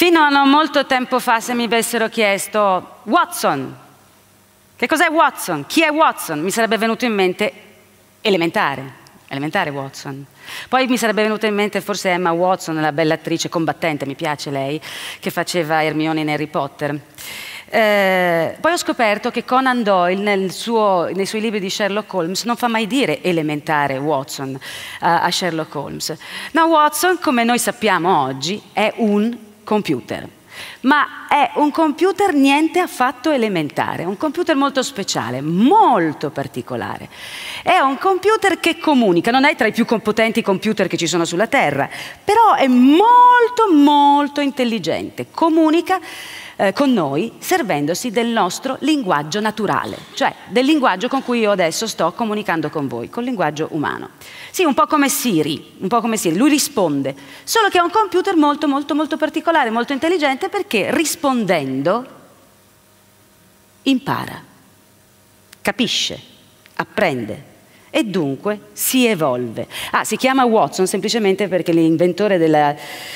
Fino a non molto tempo fa, se mi avessero chiesto Watson, che cos'è Watson? Chi è Watson? Mi sarebbe venuto in mente elementare Watson. Poi mi sarebbe venuta in mente forse Emma Watson, la bella attrice combattente, mi piace lei, che faceva Hermione in Harry Potter. Poi ho scoperto che Conan Doyle nei suoi libri di Sherlock Holmes non fa mai dire elementare Watson a Sherlock Holmes. No, Watson, come noi sappiamo oggi, è un computer. Ma è un computer niente affatto elementare, un computer molto speciale, molto particolare. È un computer che comunica, non è tra i più potenti computer che ci sono sulla Terra, però è molto molto intelligente, comunica con noi servendosi del nostro linguaggio naturale, cioè del linguaggio con cui io adesso sto comunicando con voi, col linguaggio umano. Sì, un po' come Siri, lui risponde, solo che è un computer molto molto molto particolare, molto intelligente, perché rispondendo impara, capisce, apprende e dunque si evolve. Si chiama Watson semplicemente perché l'inventore della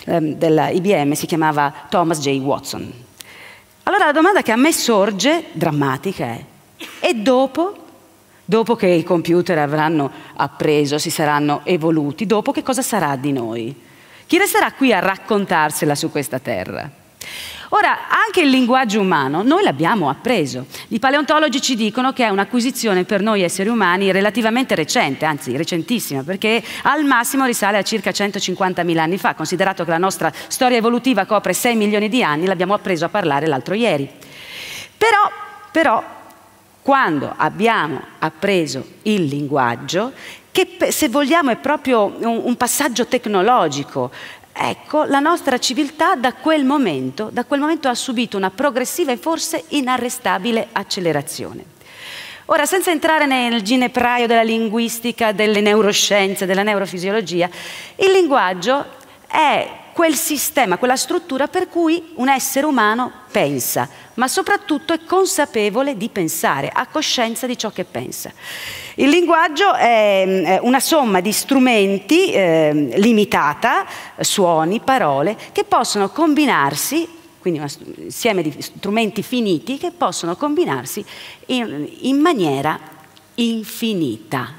IBM si chiamava Thomas J. Watson. Allora la domanda che a me sorge, drammatica, è: e dopo che i computer avranno appreso, si saranno evoluti, dopo che cosa sarà di noi? Chi resterà qui a raccontarsela su questa terra? Ora, anche il linguaggio umano noi l'abbiamo appreso. I paleontologi ci dicono che è un'acquisizione per noi esseri umani relativamente recente, anzi recentissima, perché al massimo risale a circa 150.000 anni fa, considerato che la nostra storia evolutiva copre 6 milioni di anni, l'abbiamo appreso a parlare l'altro ieri. Però, quando abbiamo appreso il linguaggio, che se vogliamo è proprio un passaggio tecnologico, ecco, la nostra civiltà da quel momento ha subito una progressiva e forse inarrestabile accelerazione. Ora, senza entrare nel ginepraio della linguistica, delle neuroscienze, della neurofisiologia, il linguaggio è quel sistema, quella struttura per cui un essere umano pensa, ma soprattutto è consapevole di pensare, ha coscienza di ciò che pensa. Il linguaggio è una somma di strumenti limitata, suoni, parole, che possono combinarsi, quindi un insieme di strumenti finiti che possono combinarsi in maniera infinita.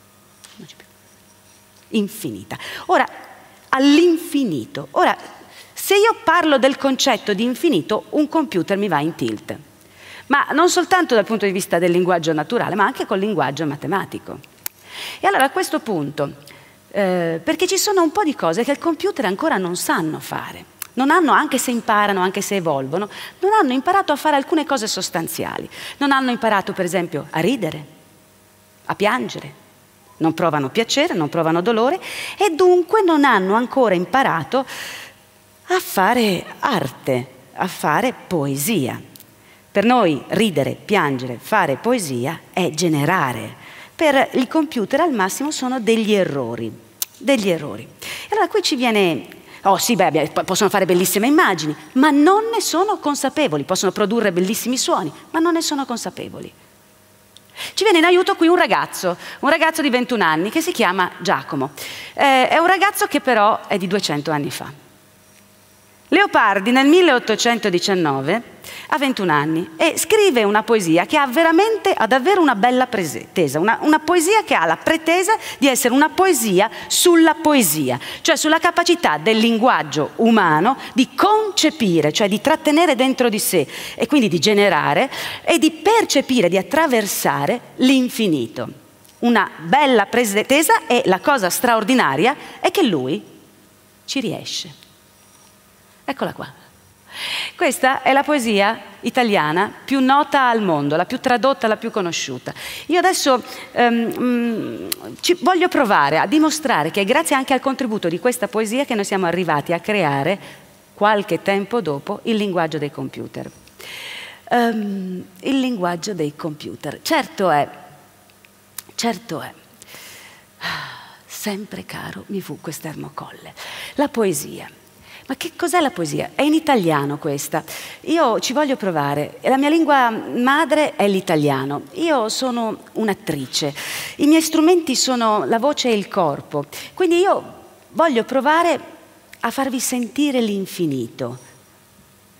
Infinita. Ora, all'infinito. Ora, se io parlo del concetto di infinito, un computer mi va in tilt. Ma non soltanto dal punto di vista del linguaggio naturale, ma anche col linguaggio matematico. E allora a questo punto, perché ci sono un po' di cose che il computer ancora non sanno fare, non hanno, anche se imparano, anche se evolvono, non hanno imparato a fare alcune cose sostanziali. Non hanno imparato, per esempio, a ridere, a piangere, non provano piacere, non provano dolore e dunque non hanno ancora imparato a fare arte, a fare poesia. Per noi ridere, piangere, fare poesia è generare. Per il computer al massimo sono degli errori. E allora qui ci viene, possono fare bellissime immagini, ma non ne sono consapevoli, possono produrre bellissimi suoni, ma non ne sono consapevoli. Ci viene in aiuto qui un ragazzo di 21 anni che si chiama Giacomo. È un ragazzo che però è di 200 anni fa. Leopardi nel 1819 ha 21 anni e scrive una poesia che ha davvero una bella pretesa, una poesia che ha la pretesa di essere una poesia sulla poesia, cioè sulla capacità del linguaggio umano di concepire, cioè di trattenere dentro di sé e quindi di generare e di percepire, di attraversare l'infinito. Una bella pretesa e la cosa straordinaria è che lui ci riesce. Eccola qua. Questa è la poesia italiana più nota al mondo, la più tradotta, la più conosciuta. Io adesso voglio provare a dimostrare che è grazie anche al contributo di questa poesia che noi siamo arrivati a creare, qualche tempo dopo, il linguaggio dei computer. Il linguaggio dei computer. Certo è, sempre caro mi fu quest'ermocolle. La poesia. Ma che cos'è la poesia? È in italiano questa. Io ci voglio provare. La mia lingua madre è l'italiano. Io sono un'attrice. I miei strumenti sono la voce e il corpo. Quindi io voglio provare a farvi sentire l'infinito.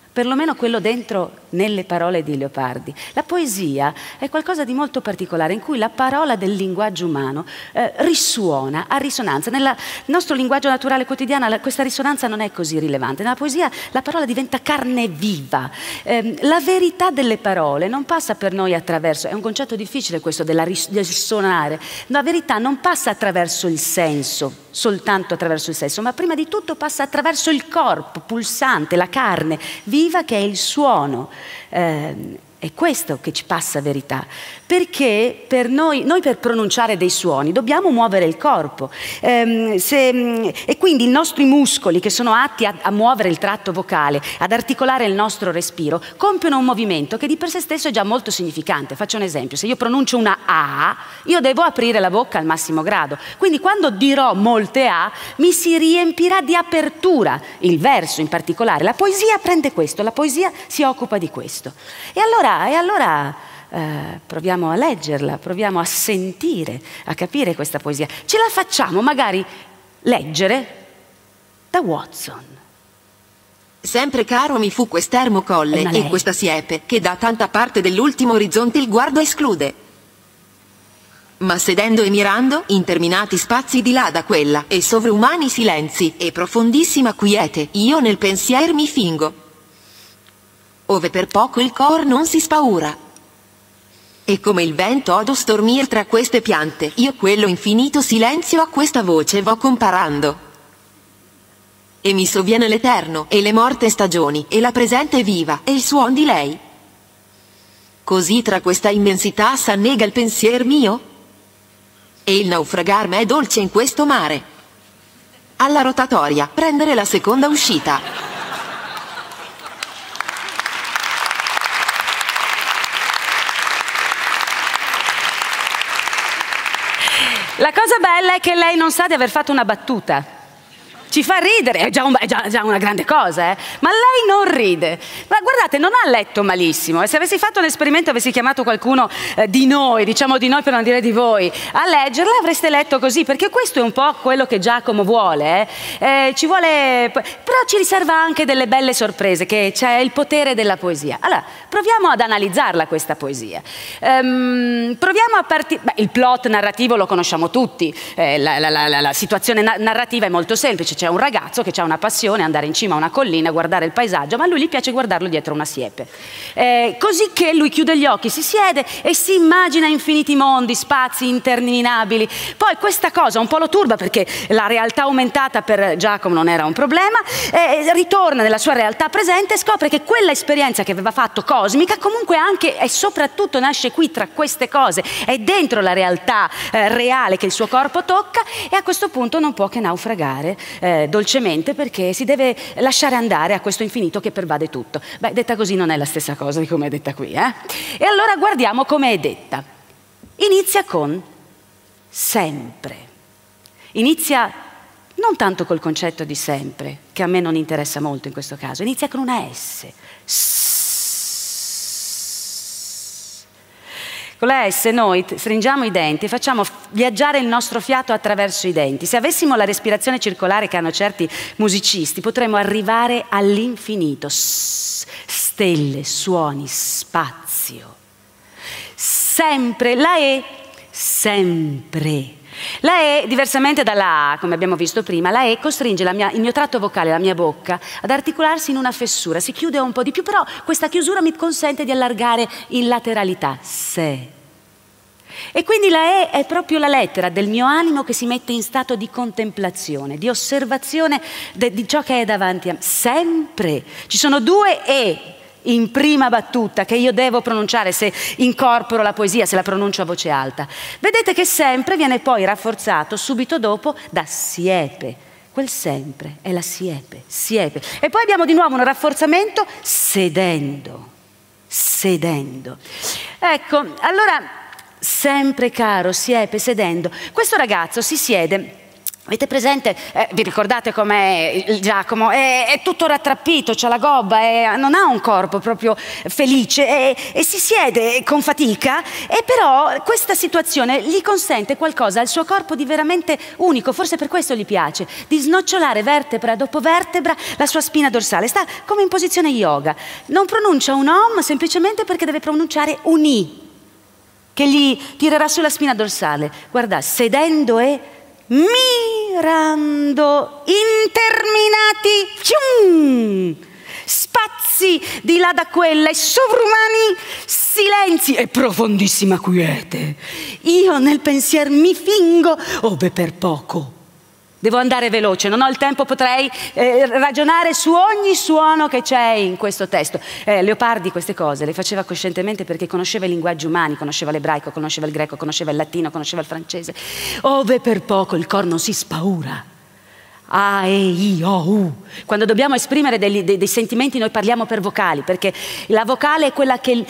perlomeno quello dentro nelle parole di Leopardi. La poesia è qualcosa di molto particolare in cui la parola del linguaggio umano risuona, ha risonanza. Nel nostro linguaggio naturale quotidiano questa risonanza non è così rilevante. Nella poesia la parola diventa carne viva. La verità delle parole non passa per noi attraverso, è un concetto difficile questo del suonare, la verità non passa attraverso il senso, soltanto attraverso il senso, ma prima di tutto passa attraverso il corpo pulsante, la carne viva che è il suono. È questo che ci passa verità, perché per noi per pronunciare dei suoni dobbiamo muovere il corpo e quindi i nostri muscoli che sono atti a muovere il tratto vocale, ad articolare il nostro respiro, compiono un movimento che di per sé stesso è già molto significante. Faccio un esempio: se io pronuncio una A, io devo aprire la bocca al massimo grado, quindi quando dirò molte A mi si riempirà di apertura, il verso in particolare. La poesia prende questo, la poesia si occupa di questo. E allora proviamo a leggerla, proviamo a sentire, a capire questa poesia. Ce la facciamo magari leggere da Watson. Sempre caro mi fu quest'ermo colle e questa siepe, che da tanta parte dell'ultimo orizzonte il guardo esclude. Ma sedendo e mirando, interminati spazi di là da quella, e sovrumani silenzi, e profondissima quiete, io nel pensier mi fingo, ove per poco il cor non si spaura. E come il vento odo stormir tra queste piante, io quello infinito silenzio a questa voce vo comparando. E mi sovviene l'eterno, e le morte stagioni, e la presente viva, e il suon di lei. Così tra questa immensità s'annega il pensier mio, e il naufragar m'è dolce in questo mare. Alla rotatoria, prendere la seconda uscita. La cosa bella è che lei non sa di aver fatto una battuta. Ci fa ridere, è già una grande cosa, ma lei non ride. Ma guardate, non ha letto malissimo. E se avessi fatto un esperimento, avessi chiamato qualcuno di noi, diciamo di noi per non dire di voi, a leggerla, avreste letto così, perché questo è un po' quello che Giacomo vuole. Ci vuole, però ci riserva anche delle belle sorprese, che c'è il potere della poesia. Allora, proviamo ad analizzarla questa poesia. Proviamo a partire. Il plot narrativo lo conosciamo tutti, la situazione narrativa è molto semplice. C'è un ragazzo che ha una passione, andare in cima a una collina, guardare il paesaggio, ma a lui gli piace guardarlo dietro una siepe. Così che lui chiude gli occhi, si siede e si immagina infiniti mondi, spazi interminabili. Poi questa cosa un po' lo turba, perché la realtà aumentata per Giacomo non era un problema, ritorna nella sua realtà presente e scopre che quella esperienza che aveva fatto cosmica comunque anche e soprattutto nasce qui tra queste cose, è dentro la realtà reale che il suo corpo tocca, e a questo punto non può che naufragare dolcemente, perché si deve lasciare andare a questo infinito che pervade tutto. Detta così non è la stessa cosa di come è detta qui, E allora guardiamo come è detta. Inizia con sempre. Inizia non tanto col concetto di sempre, che a me non interessa molto in questo caso, inizia con una S. Con la S noi stringiamo i denti e facciamo viaggiare il nostro fiato attraverso i denti. Se avessimo la respirazione circolare che hanno certi musicisti, potremmo arrivare all'infinito. Stelle, suoni, spazio. Sempre, la E, sempre. La E, diversamente dalla A, come abbiamo visto prima, la E costringe il mio tratto vocale, la mia bocca, ad articolarsi in una fessura. Si chiude un po' di più, però questa chiusura mi consente di allargare in lateralità. Se. E quindi la E è proprio la lettera del mio animo che si mette in stato di contemplazione, di osservazione di ciò che è davanti a me. Sempre. Ci sono due E in prima battuta che io devo pronunciare se incorporo la poesia, se la pronuncio a voce alta. Vedete che sempre viene poi rafforzato subito dopo da siepe. Quel sempre è la siepe, siepe. E poi abbiamo di nuovo un rafforzamento sedendo, sedendo. Ecco, allora, sempre caro, siepe, sedendo. Questo ragazzo si siede Avete presente, vi ricordate com'è il Giacomo? È tutto rattrappito, c'ha la gobba, non ha un corpo proprio felice e si siede con fatica, e però questa situazione gli consente qualcosa al suo corpo di veramente unico, forse per questo gli piace, di snocciolare vertebra dopo vertebra la sua spina dorsale, sta come in posizione yoga, non pronuncia un Om semplicemente perché deve pronunciare un I, che gli tirerà sulla spina dorsale. Guarda, sedendo e mirando, interminati spazi di là da quella e sovrumani silenzi e profondissima quiete. Io nel pensier mi fingo, ove per poco. Devo andare veloce, non ho il tempo, potrei ragionare su ogni suono che c'è in questo testo. Leopardi queste cose le faceva coscientemente perché conosceva i linguaggi umani, conosceva l'ebraico, conosceva il greco, conosceva il latino, conosceva il francese. Ove per poco il corno si spaura. A, E, I, O, U. Quando dobbiamo esprimere dei sentimenti noi parliamo per vocali, perché la vocale è quella che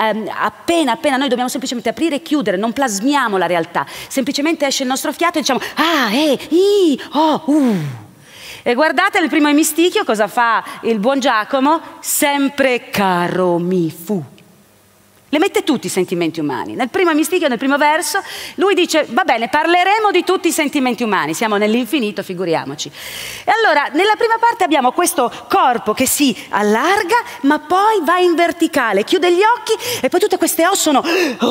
appena noi dobbiamo semplicemente aprire e chiudere, non plasmiamo la realtà, semplicemente esce il nostro fiato e diciamo A, E, I, O, U. E guardate il primo emistichio cosa fa il buon Giacomo? Sempre caro mi fu. Le mette tutti i sentimenti umani. Nel primo emistichio, nel primo verso, lui dice, va bene, parleremo di tutti i sentimenti umani, siamo nell'infinito, figuriamoci. E allora, nella prima parte abbiamo questo corpo che si allarga, ma poi va in verticale, chiude gli occhi, e poi tutte queste O sono,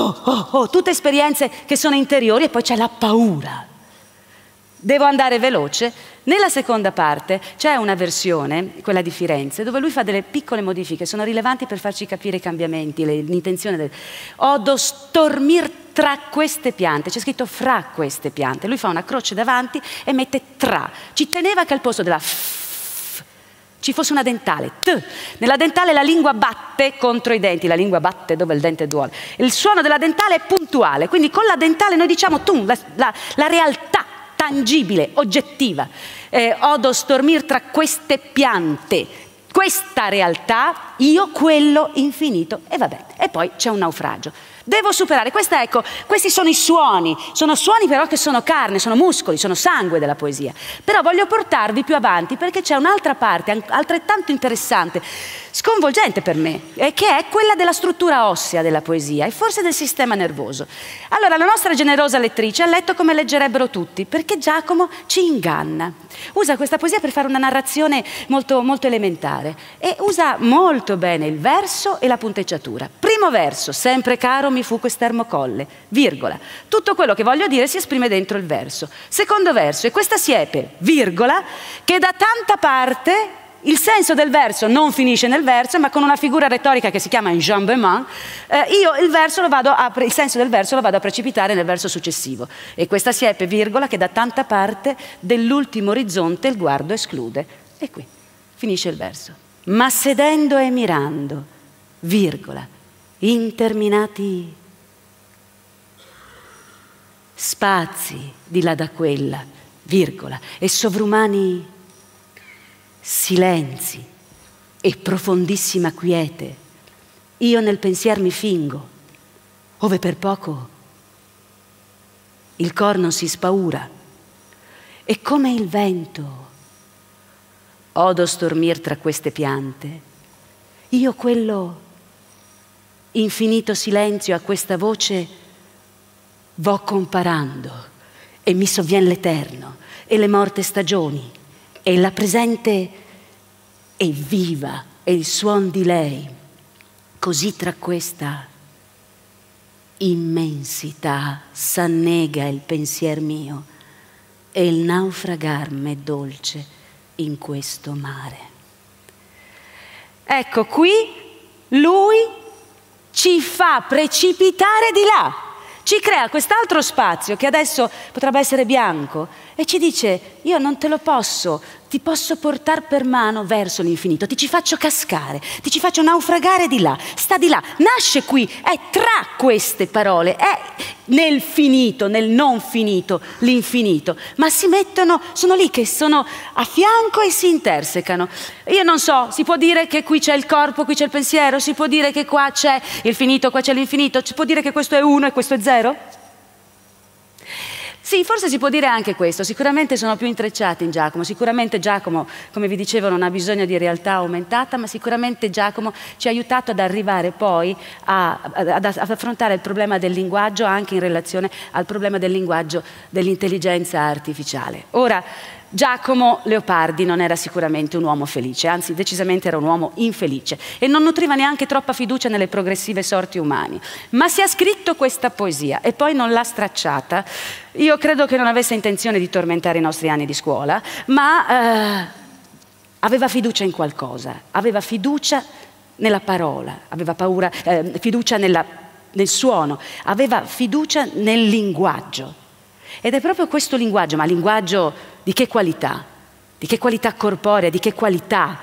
tutte esperienze che sono interiori, e poi c'è la paura. Devo andare veloce. Nella seconda parte c'è una versione, quella di Firenze, dove lui fa delle piccole modifiche, sono rilevanti per farci capire i cambiamenti, l'intenzione Odo stormir tra queste piante, c'è scritto fra queste piante, lui fa una croce davanti e mette tra, ci teneva che al posto della f ci fosse una dentale, t. Nella dentale la lingua batte contro i denti, la lingua batte dove il dente duole, il suono della dentale è puntuale, quindi con la dentale noi diciamo la realtà tangibile, oggettiva. Odo stormir tra queste piante, questa realtà, io quello infinito, e vabbè, e poi c'è un naufragio. Devo superare, questi sono i suoni però che sono carne, sono muscoli, sono sangue della poesia. Però voglio portarvi più avanti perché c'è un'altra parte altrettanto interessante, sconvolgente per me, che è quella della struttura ossea della poesia e forse del sistema nervoso. Allora, la nostra generosa lettrice ha letto come leggerebbero tutti, perché Giacomo ci inganna. Usa questa poesia per fare una narrazione molto, molto elementare e usa molto bene il verso e la punteggiatura. Primo verso, sempre caro mi fu quest'ermo colle, virgola. Tutto quello che voglio dire si esprime dentro il verso. Secondo verso, e questa siepe, virgola, che da tanta parte il senso del verso non finisce nel verso, ma con una figura retorica che si chiama enjambement, io il senso del verso lo vado a precipitare nel verso successivo. E questa siepe, virgola, che da tanta parte dell'ultimo orizzonte il guardo esclude. E qui finisce il verso. Ma sedendo e mirando, virgola, interminati spazi di là da quella, virgola, e sovrumani silenzi e profondissima quiete, io nel pensier mi fingo, ove per poco il cor non si spaura, e come il vento odo stormir tra queste piante, io quello infinito silenzio a questa voce vo comparando, e mi sovvien l'eterno e le morte stagioni e la presente è viva e il suon di lei, così tra questa immensità s'annega il pensier mio e il naufragar m'è dolce in questo mare. Ecco, qui lui ci fa precipitare di là, ci crea quest'altro spazio che adesso potrebbe essere bianco e ci dice, io non te lo posso, ti posso portare per mano verso l'infinito, ti ci faccio cascare, ti ci faccio naufragare di là, sta di là, nasce qui, è tra queste parole, è nel finito, nel non finito, l'infinito, ma si mettono, sono lì che sono a fianco e si intersecano. Io non so, si può dire che qui c'è il corpo, qui c'è il pensiero, si può dire che qua c'è il finito, qua c'è l'infinito, si può dire che questo è 1 e questo è 0? Sì, forse si può dire anche questo, sicuramente sono più intrecciati in Giacomo, sicuramente Giacomo, come vi dicevo, non ha bisogno di realtà aumentata, ma sicuramente Giacomo ci ha aiutato ad arrivare poi ad affrontare il problema del linguaggio anche in relazione al problema del linguaggio dell'intelligenza artificiale. Ora, Giacomo Leopardi non era sicuramente un uomo felice, anzi decisamente era un uomo infelice e non nutriva neanche troppa fiducia nelle progressive sorti umane, ma se ha scritto questa poesia e poi non l'ha stracciata, io credo che non avesse intenzione di tormentare i nostri anni di scuola, ma aveva fiducia in qualcosa, aveva fiducia nella parola, aveva fiducia nel suono, aveva fiducia nel linguaggio. Ed è proprio questo linguaggio, ma linguaggio di che qualità? Di che qualità corporea, di che qualità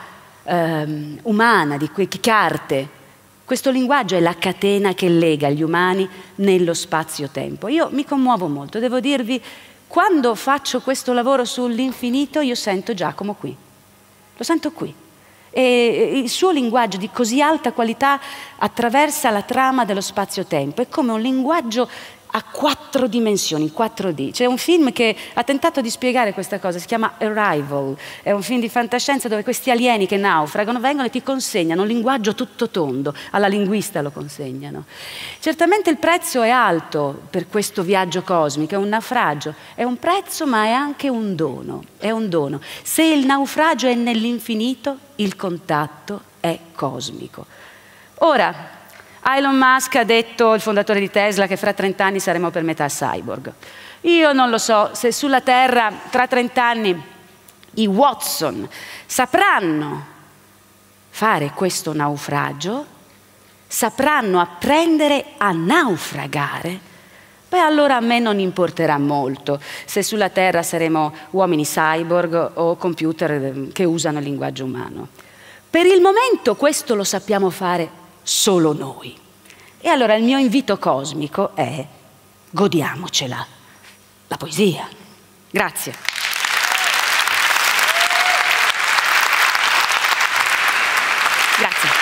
umana, di che arte? Questo linguaggio è la catena che lega gli umani nello spazio-tempo. Io mi commuovo molto, devo dirvi, quando faccio questo lavoro sull'infinito io sento Giacomo qui, lo sento qui. E il suo linguaggio di così alta qualità attraversa la trama dello spazio-tempo, è come un linguaggio a 4 dimensioni, 4D. C'è un film che ha tentato di spiegare questa cosa, si chiama Arrival, è un film di fantascienza dove questi alieni che naufragano vengono e ti consegnano un linguaggio tutto tondo, alla linguista lo consegnano. Certamente il prezzo è alto per questo viaggio cosmico, è un naufragio, è un prezzo ma è anche un dono, è un dono. Se il naufragio è nell'infinito, il contatto è cosmico. Ora, Elon Musk ha detto, il fondatore di Tesla, che fra 30 anni saremo per metà cyborg. Io non lo so se sulla Terra tra 30 anni i Watson sapranno fare questo naufragio, sapranno apprendere a naufragare. Beh, allora a me non importerà molto se sulla Terra saremo uomini cyborg o computer che usano il linguaggio umano. Per il momento questo lo sappiamo fare solo noi. E allora il mio invito cosmico è: godiamocela, la poesia. Grazie. Grazie.